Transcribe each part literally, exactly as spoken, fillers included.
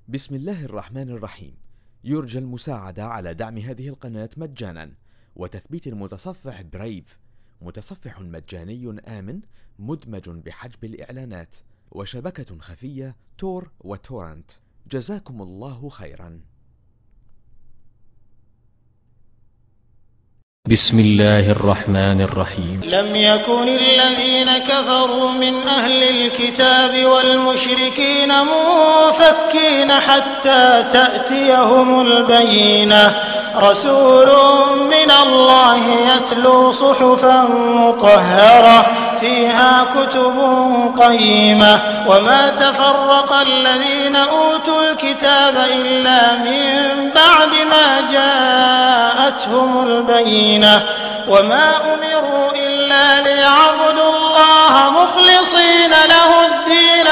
بسم الله الرحمن الرحيم. يرجى المساعدة على دعم هذه القناة مجانا وتثبيت المتصفح برايف، متصفح مجاني آمن مدمج بحجب الإعلانات، وشبكة خفية تور وتورنت. جزاكم الله خيرا. بسم الله الرحمن الرحيم. لم يكن الذين كفروا من أهل الكتاب والمشركين منفكين حتى تأتيهم البينة، رسول من الله يتلو صحفا مطهرة فيها كتب قيمة، وما تفرق الذين أوتوا الكتاب إلا من بعد ما جاءتهم البينة، وما أمروا إلا ليعبدوا الله مخلصين له الدين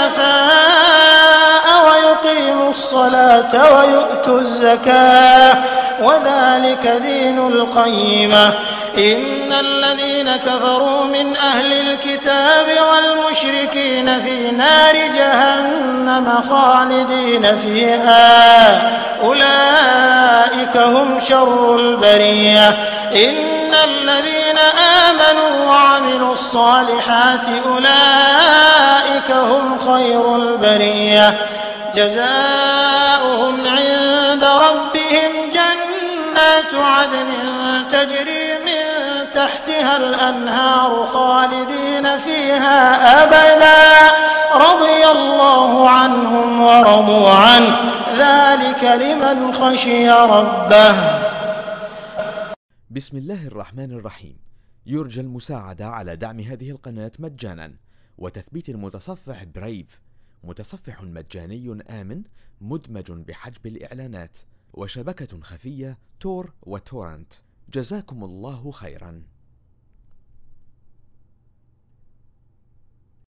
حنفاء ويقيموا الصلاة ويؤتوا الزكاة وذلك دين القيمة. إن الذين كفروا من أهل الكتاب والمشركين في نار جهنم خالدين فيها، أولئك هم شر البرية. إن الذين آمنوا وعملوا الصالحات أولئك هم خير البرية، جزاؤهم عند ربهم جنات عدن تجري من تحتها الأنهار خالدين فيها أبدا، رضي الله عنهم ورضوا عنه، ذلك لمن خشي ربه. بسم الله الرحمن الرحيم. يرجى المساعدة على دعم هذه القناة مجانا وتثبيت المتصفح برايف، متصفح مجاني آمن مدمج بحجب الإعلانات، وشبكة خفية تور وتورنت. جزاكم الله خيرا.